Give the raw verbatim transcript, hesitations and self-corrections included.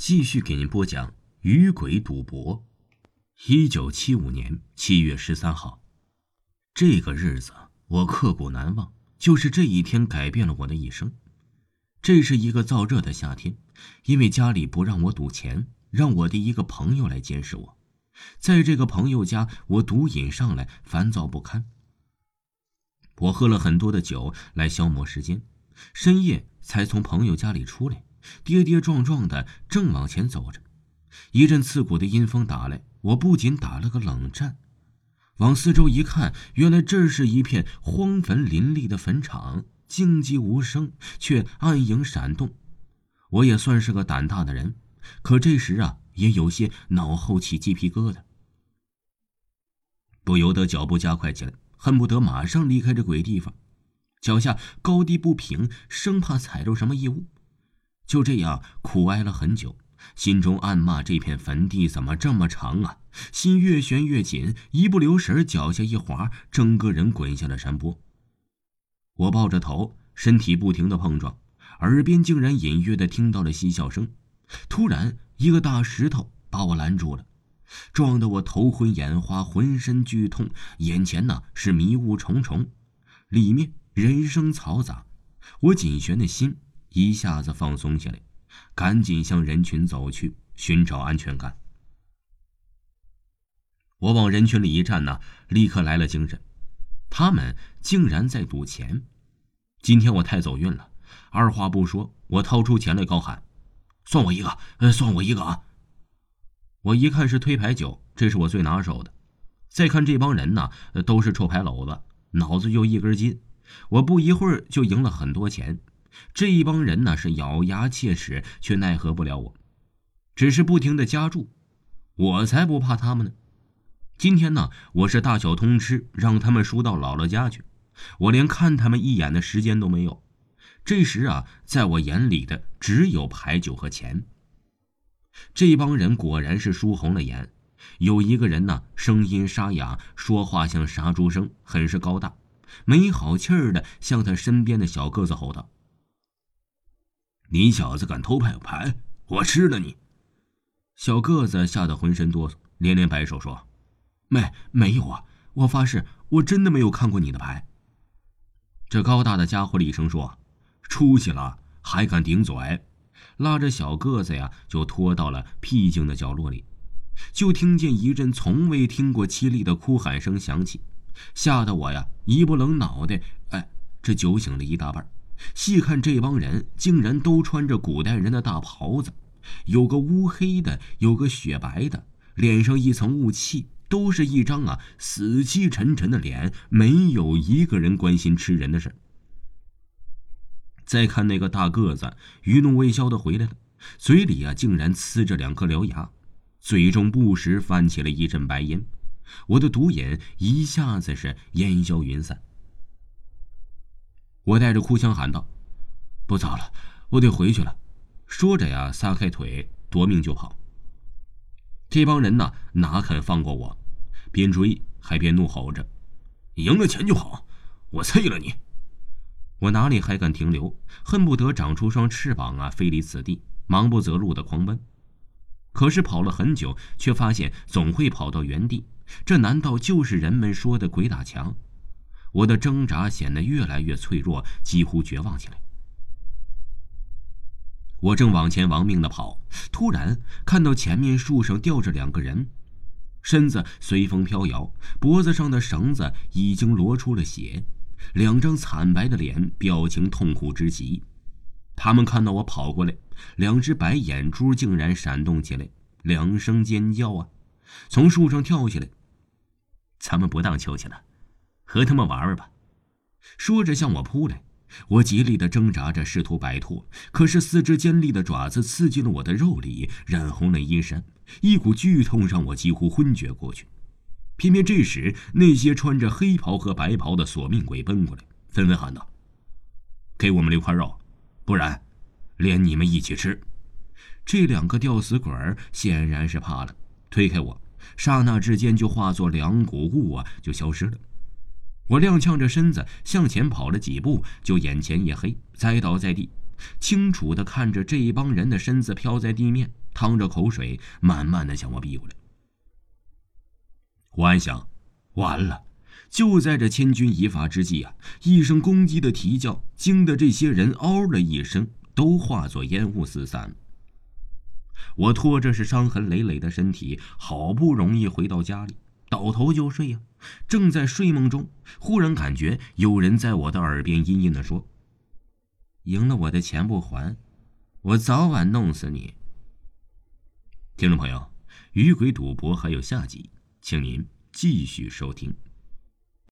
继续给您播讲《与鬼赌博》。一九七五年七月十三号，这个日子我刻骨难忘，就是这一天改变了我的一生。这是一个燥热的夏天，因为家里不让我赌钱，让我的一个朋友来监视我。在这个朋友家，我毒瘾上来，烦躁不堪。我喝了很多的酒来消磨时间，深夜才从朋友家里出来，跌跌撞撞的正往前走着。一阵刺骨的阴风打来，我不仅打了个冷战。往四周一看，原来这是一片荒坟林立的坟场，静寂无声，却暗影闪动。我也算是个胆大的人，可这时啊，也有些脑后起鸡皮疙瘩，不由得脚步加快起来，恨不得马上离开这鬼地方。脚下高低不平，生怕踩着什么异物。就这样苦哀了很久，心中暗骂这片坟地怎么这么长啊，心越悬越紧，一不留神脚下一滑，整个人滚下了山坡。我抱着头，身体不停地碰撞，耳边竟然隐约地听到了嬉笑声。突然一个大石头把我拦住了，撞得我头昏眼花，浑身剧痛，眼前呢是迷雾重重，里面人声嘈杂。我紧悬的心一下子放松下来，赶紧向人群走去，寻找安全感。我往人群里一站呢，立刻来了精神。他们竟然在赌钱。今天我太走运了，二话不说，我掏出钱来高喊：算我一个，呃，算我一个啊！我一看是推牌九，这是我最拿手的。再看这帮人呢，都是臭牌篓子，脑子就一根筋。我不一会儿就赢了很多钱。这一帮人呢是咬牙切齿，却奈何不了我，只是不停地加注。我才不怕他们呢。今天呢，我是大小通吃，让他们输到姥姥家去。我连看他们一眼的时间都没有。这时啊，在我眼里的只有牌九和钱。这帮人果然是输红了眼。有一个人呢，声音沙哑，说话像杀猪声，很是高大，没好气儿的向他身边的小个子吼道：你小子敢偷拍牌，我吃了你！小个子吓得浑身哆嗦，连连摆手说：没没有啊，我发誓我真的没有看过你的牌。这高大的家伙厉声说：出息了，还敢顶嘴！拉着小个子呀，就拖到了僻静的角落里。就听见一阵从未听过凄厉的哭喊声响起，吓得我呀一不愣脑袋，哎，这酒醒了一大半。细看这帮人竟然都穿着古代人的大袍子，有个乌黑的，有个雪白的，脸上一层雾气，都是一张啊死气沉沉的脸，没有一个人关心吃人的事。再看那个大个子，余怒未消的回来了，嘴里啊竟然呲着两颗獠牙，嘴中不时泛起了一阵白烟。我的毒瘾一下子是烟消云散。我带着哭腔喊道：不早了，我得回去了。说着呀，撒开腿夺命就跑。这帮人呢，哪肯放过我，边追还边怒吼着：赢了钱就好，我啐了你！我哪里还敢停留，恨不得长出双翅膀啊，飞离此地，忙不择路的狂奔。可是跑了很久，却发现总会跑到原地，这难道就是人们说的鬼打墙？我的挣扎显得越来越脆弱，几乎绝望起来。我正往前亡命的跑，突然看到前面树上吊着两个人，身子随风飘摇，脖子上的绳子已经落出了血，两张惨白的脸，表情痛苦之极。他们看到我跑过来，两只白眼珠竟然闪动起来，两声尖叫啊，从树上跳下来。咱们不荡秋千了，和他们玩玩吧。说着向我扑来，我极力地挣扎着试图摆脱，可是四只尖利的爪子刺进了我的肉里，染红了衣衫，一股剧痛让我几乎昏厥过去。偏偏这时那些穿着黑袍和白袍的索命鬼奔过来，纷纷喊道：给我们留块肉，不然连你们一起吃。这两个吊死鬼儿显然是怕了，推开我，刹那之间就化作两股雾啊，就消失了。我踉跄着身子向前跑了几步，就眼前一黑，栽倒在地，清楚地看着这帮人的身子飘在地面， 淌着口水，慢慢的向我逼过来。我暗想，完了！就在这千钧一发之际啊，一声公鸡的啼叫惊得这些人嗷了一声，都化作烟雾四散。我拖着是伤痕累累的身体，好不容易回到家里，倒头就睡呀、啊。正在睡梦中，忽然感觉有人在我的耳边阴阴地说：“赢了我的钱不还，我早晚弄死你。”听众朋友，鱼鬼赌博还有下集，请您继续收听。